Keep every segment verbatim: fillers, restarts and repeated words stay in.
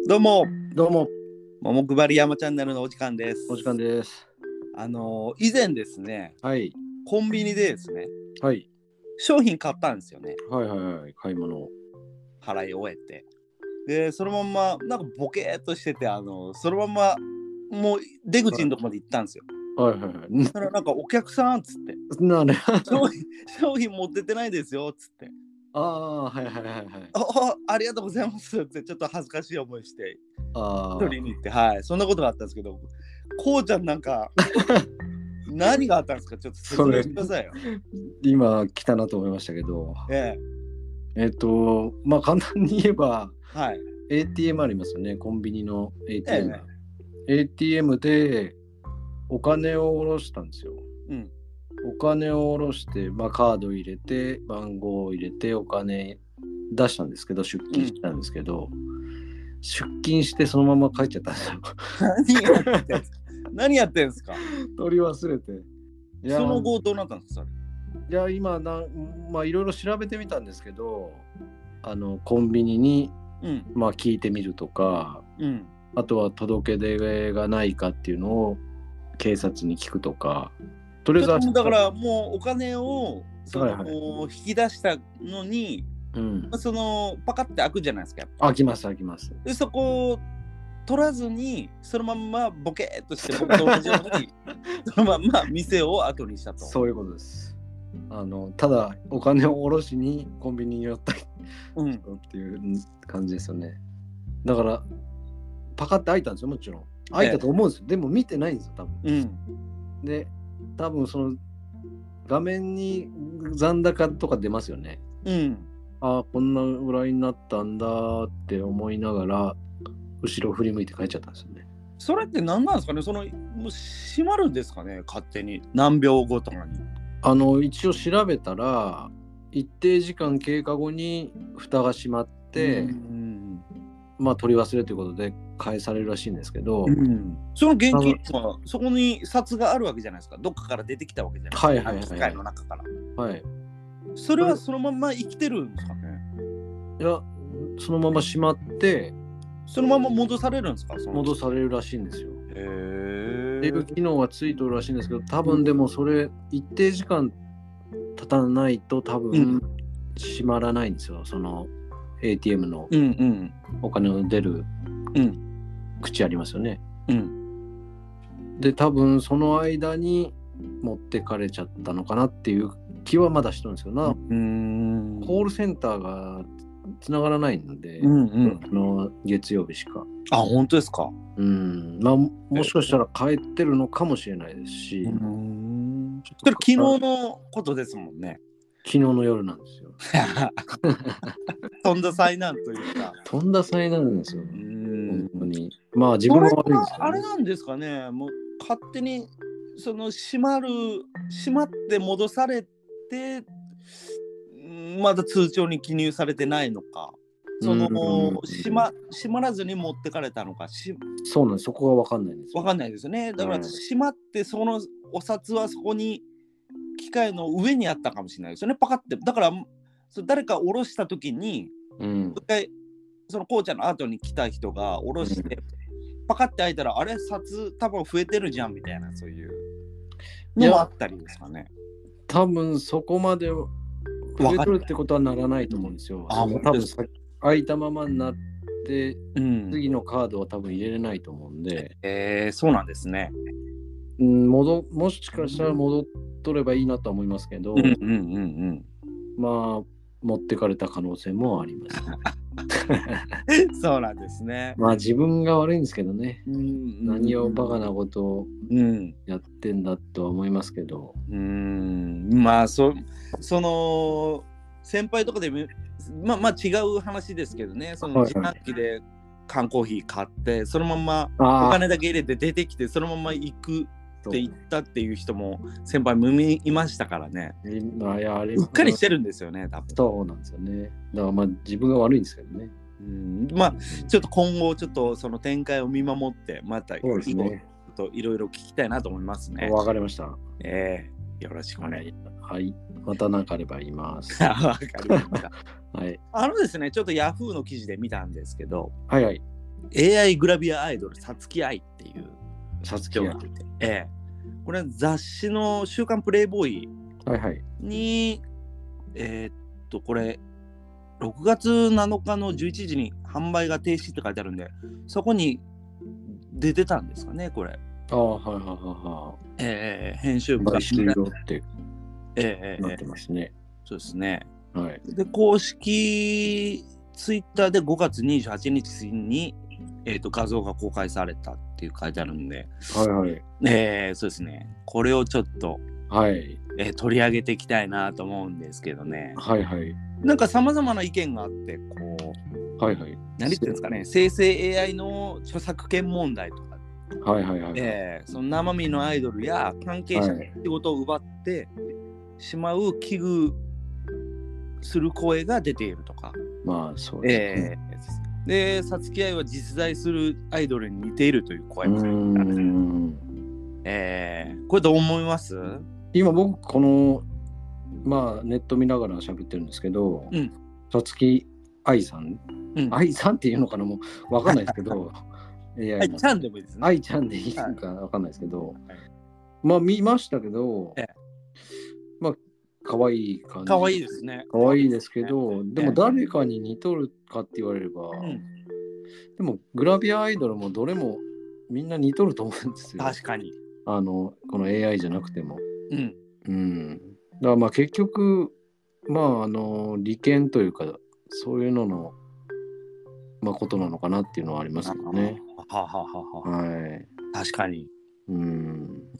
どうも、 どうも、 ももくばり山チャンネルのお時間です。 お時間です。 あのー以前ですね、 はい、 コンビニでですね、 はい、 商品買ったんですよね。 はいはいはい、買い物を。 払い終えて。で、そのまんま、なんかボケーっとしてて、あのーそのまんま、もう出口のとこまで行ったんですよ。 はいはいはい。 そしたらなんかお客さんっつって、 んなね。 商品、商品持ってってないですよっつって、 ああ、はいはいはいはい。 ああ、ありがとうございますってちょっと恥ずかしい思いして、 あ取りに行って、はい、そんなことがあったんですけど、こうちゃんなんか、何があったんですかちょっと説明してくださいよ。 今来たなと思いましたけど、 ええっと、まあ簡単に言えば、 え、はい。 エーティーエム ありますよね、コンビニの エーティーエム。 えエーティーエム でお金を下ろしたんですよ。 うん。 お金を下ろして、まあ、カード入れて、番号を入れて、お金出したんですけど、出金したんですけど、出勤してそのまま帰っちゃったんですよ。 何やってんすか何やってんすか取り忘れて。いやその後どうなったんですかそれ。 いや今な、まあいろいろ調べてみたんですけど、あのコンビニに、 うん。 まあ、聞いてみるとか、 うん。 あとは届け出がないかっていうのを警察に聞くとか、とりあえずはだからもうお金をその、 はいはい引き出したのに、 うん、 そのパカって開くじゃないですか。 開きます開きます。 でそこを取らずにそのまんまボケーっとして僕と同じようにそのまんま店を後にしたと。 そういうことです。あのただお金を下ろしにコンビニに寄ったうん。 っていう感じですよね。だからパカって開いたんですよ、もちろん。開いたと思うんですよ。ええ、でも見てないんですよ、多分。 うん。 で、多分その画面に残高とか出ますよね。 うん。 ああ、こんなぐらいになったんだって思いながら、後ろ振り向いて帰っちゃったんですよね。 それって何なんですかねそのもう閉まるんですかね勝手に何秒後とかに。 あの、一応調べたら、一定時間経過後に蓋が閉まって、 うん、 まあ取り忘れということで返されるらしいんですけど、 うん、その現金はそこに札があるわけじゃないですか。どっかから出てきたわけじゃないですか。 はいはいはいはい、 機械の中から。 はい。 それはそのまま生きてるんですかね。 いや、そのまま閉まって、 そのまま戻されるんですか。その戻されるらしいんですよ。 へーっていう機能がついてるらしいんですけど、多分でもそれ一定時間経たないと多分閉まらないんですよ、その エーティーエム のお金の出る口ありますよね、 うんうん、 で多分その間に持ってかれちゃったのかなっていう気はまだしてるんですけどな、 うん、 コールセンターが繋がらないので、 うんうん、 あの月曜日しか。 あ、本当ですか。 うん、まあもしかしたら帰ってるのかもしれないですし、 うん、それ昨日のことですもんね。 昨日の夜なんですよ。 とんだ災難というか。 とんだ災難なんですよ。 うん本当に。まあ自分が悪いんですけど、ね、 あれなんですかね。もう勝手にその閉まる閉まって戻されて、まだ通帳に記入されてないのか。その閉ま閉まらずに持ってかれたのかし。 そうなんです。そこが分かんないんですよ。 分かんないですよね。だから閉まってそのお札はそこに機械の上にあったかもしれないですよね。パカってだからそ誰か下ろした時に、うん、一回そのこうちゃんの後に来た人が下ろして、うん、パカって開いたらあれ札多分増えてるじゃんみたいなそういうのもあったりですかね。 多分そこまで増えてるってことはならないと思うんですよ。ああ、多分開いたままになって、うん、次のカードは多分入れれないと思うんで。 えー、そうなんですね。 うん、戻もしかしたら戻っとればいいなとは思いますけど、うんうんうんうん、まあ持ってかれた可能性もあります、 ね。そうなんですね。 まあ自分が悪いんですけどね。うん、何をバカなことをやってんだとは思いますけど。 うん、まあそその先輩とかでまあまあ違う話ですけどね。その自販機で缶コーヒー買ってそのままお金だけ入れて出てきてそのまま行くって言ったっていう人も先輩もいましたからね。 いやあれうっかりしてるんですよね多分。 そうなんですよね。だからまあ自分が悪いんですけどね。 うん、まあちょっと今後ちょっとその展開を見守ってまたいろいろ聞きたいなと思いますね。 わかりました。 えー、よろしくお願いします。 はい、はい、また何かあれば言います。 わかりました。 はい。 あのですねちょっとヤフーの記事で見たんですけど、 はいはい。 エーアイ グラビアアイドルさつきあいっていうさつきあい、 ええ、これは雑誌の週刊プレイボーイに、 はいはい、 えー、っとこれろくがつなのかのじゅういちじに販売が停止って書いてあるんで、そこに出てたんですかねこれ。 ああ、はいはいはいはい。 えー、編集部が黄色って、 えー、 なってますね。 そうですね。 はい。 で公式ツイッターでごがつにじゅうはちにちに、えー、と画像が公開されたっていう書いてあるんで、 はいはい。 えー、そうですね。これをちょっと、 はいえー、取り上げていきたいなと思うんですけどね。 はいはい。 なんかさまざまな意見があって、こう、はいはい。 何言ってんですかね、生成 エーアイ の著作権問題とか、 はいはいはい、 えー、その生身のアイドルや関係者の仕事を奪ってしまう危惧する声が出ているとか。 まあそうですね。 えー、で、さつきあいは実在するアイドルに似ているという声もある。うん、えー、これどう思います？ 今僕このまあネット見ながら喋ってるんですけど、さつきあいさん、あい、うん、さんっていうのかな、もうわかんないですけど、 あいちゃんでもいいですね。 あいちゃんでいいのかわかんないですけど、はい、まあ見ましたけど、ええ、まあ可愛い感じ。 可愛いですね。 可愛いですけど、でも誰かに似とるかって言われれば、うん、でもグラビアアイドルもどれもみんな似とると思うんですよ。 確かに。 あのこの エーアイ じゃなくても。 うん。 うん。だからまあ結局まああの利権というかそういうののまあことなのかなっていうのはありますけどね。 はははは。はい。確かに。 うん。 うん。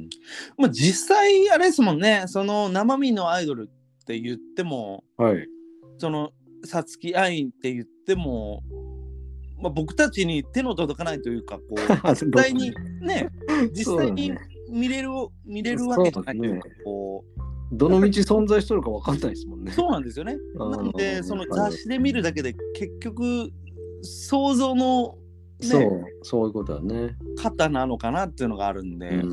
まあ実際あれですもんね。その生身のアイドルって言っても、 はい。 そのさつきあいって言っても、まあ僕たちに手の届かないというか、こう実際にね、実際に見れる見れるわけじゃないというか、こう。 どの道存在しとるか分かんないですもんね。 そうなんですよね。なんでその雑誌で見るだけで結局想像の、 ね、そうそういうことだね。 方なのかなっていうのがあるんで、うん、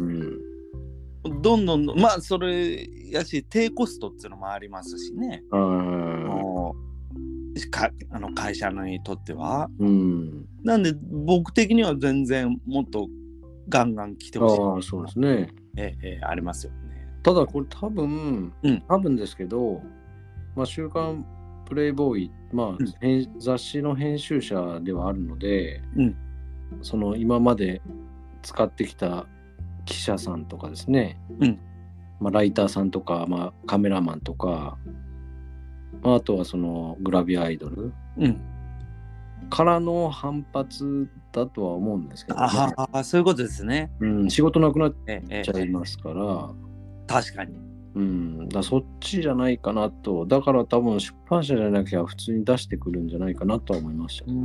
どんどんまあそれやし低コストっていうのもありますしね。あのかあの会社のにとっては、うん、なんで僕的には全然もっとガンガン来てほしい。 ああそうですね。 えええありますよね。 ただこれ多分、うん、多分ですけど、まあ、週刊プレイボーイ、まあうん、雑誌の編集者ではあるので、うん、その今まで使ってきた記者さんとかですね、うんまあ、ライターさんとか、まあ、カメラマンとか、あとはそのグラビアアイドル、うん、からの反発だとは思うんですけど、ね、 ああそういうことですね、 うん、仕事なくなっちゃいますから、ええええ確かに。 うん、だそっちじゃないかなと。だから多分出版社じゃなきゃ普通に出してくるんじゃないかなとは思いました。うん。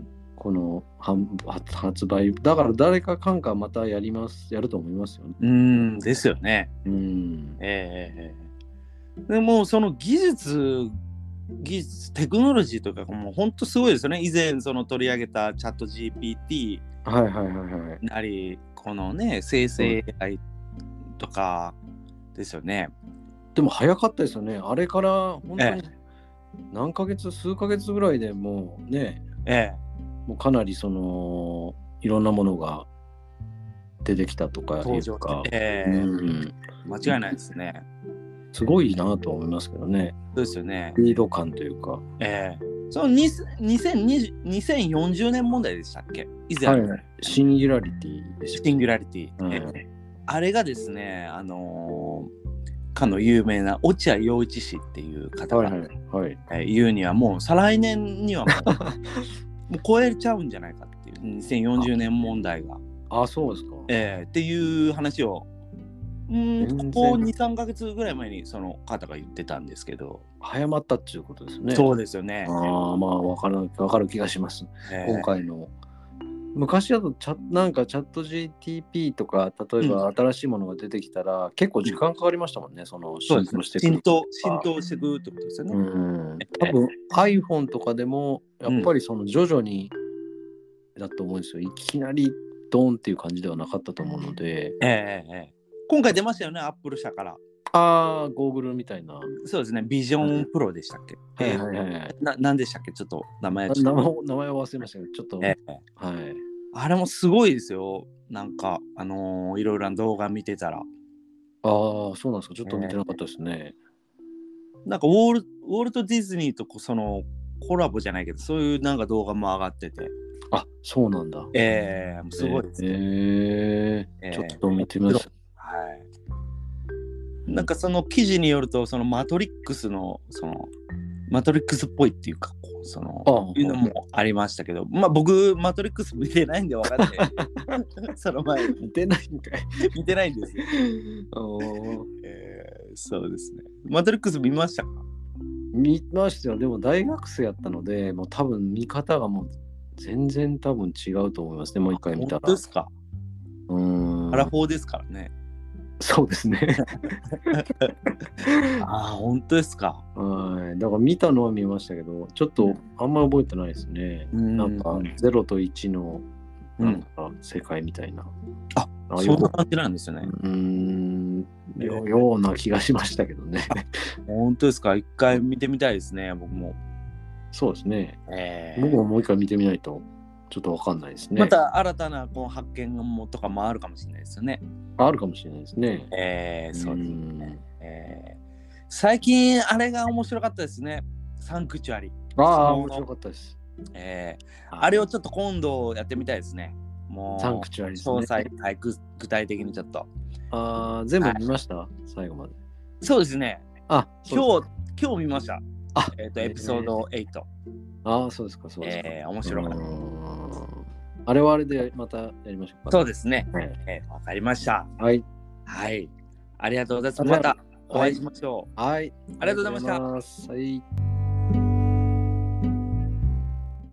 この発売。だから誰かかんかまたやります、やると思いますよね。 うんですよね。 うん。 ええー。でもその技術、技術、テクノロジーとかもう本当すごいですよね。以前その取り上げたチャット ジーピーティーはいはいはいはい。 なり、このね、生成 エーアイ、うんとかですよね。 でも早かったですよね。あれから本当に何ヶ月、数ヶ月ぐらいでもうね、ええ、もうかなりそのいろんなものが出てきたとかいうか、 ええうん、間違いないですね。 すごいなと思いますけどね。 そうですよね。 スピード感というか。 ええそのにせんにじゅうにせんよんじゅうねん問題でしたっけ？以前、 はい、シンギュラリティでした。 シンギュラリティ。うんええあれがですね、あのー、かの有名な落合陽一氏っていう方が、はいはいはい、言うにはもう再来年にはもうもう超えちゃうんじゃないかっていうにせんよんじゅうねん問題が。 あ、そうですか。 えー、っていう話をうんここに、さんかげつぐらい前にその方が言ってたんですけど。 早まったっていうことですね。 そうですよね。 ああ、まあ分かる、分かる気がします。えー、今回の。昔だとチャなんかチャット ジーティーピー とか例えば新しいものが出てきたら、うん、結構時間かかりましたもんね、その浸透してくる浸透浸透してくるってことですよね。 うん多分 iPhone とかでもやっぱりその徐々にだと思うんですよ、いきなりドーンっていう感じではなかったと思うので、 えーえー、今回出ましたよね、アップル社から。 ああ、ゴーグルみたいな。 そうですね、ビジョンプロでしたっけ。 はいはいはい。 な、なんでしたっけ、ちょっと名前ちょっと名前名前を忘れましたけど、ちょっと、えー、はい。 あれもすごいですよ。なんか、あのー、いろいろな動画見てたら。ああ、そうなんですか。ちょっと見てなかったですね。 えー、なんかウォル、ウォルト・ディズニーとそのコラボじゃないけど、そういうなんか動画も上がってて。 あ、そうなんだ。 ええー、すごいですね。 えー、えー、ちょっと見てみます。 はい。なんかその記事によると、そのマトリックスの、その、マトリックスっぽいっていうか、こうそのいうのもありましたけど、まあ僕マトリックス見てないんで分かんないその前見てないんかい見てないんですよえー、そうですね。マトリックス見ましたか？ 見ましたよ。でも大学生やったので、もう多分見方がもう全然多分違うと思いますね。もう一回見たら。 本当ですか？ うーん。 アラフォーですからね。 そうですねああ、本当ですか。 はい。だから見たのは見ましたけど、ちょっとあんま覚えてないですね。うん、なんかゼロといちのなんか世界みたいな。 うん、あ、そんな感じなんですよね。 うーん、よ, ような気がしましたけどね。 本当ですか？一回見てみたいですね、僕も。 そうですね。えー、僕ももう一回見てみないとちょっとわかんないですね。 また新たなこう発見もとかもあるかもしれないですよね。 あるかもしれないですね。 えー、そうですね。えー、最近あれが面白かったですね。サンクチュアリ。 ああ、面白かったです。 えー、あれをちょっと今度やってみたいですね。もうサンクチュアリですね。 詳細、はい、具体的にちょっと。 ああ、全部見ました、はい、最後まで。 そうですね。 あ、 今日、今日見ました。 あ、 えっ、ー、と、エピソードはち。 ああ、そうですか、そうですか。 えー、面白かった。 あれはあれでまたやりましょうか。 そうですね。わ、えー、かりました。 はい。 はい。ありがとうございます。またお会いしましょう。 はい。 ありがとうございました。 はい。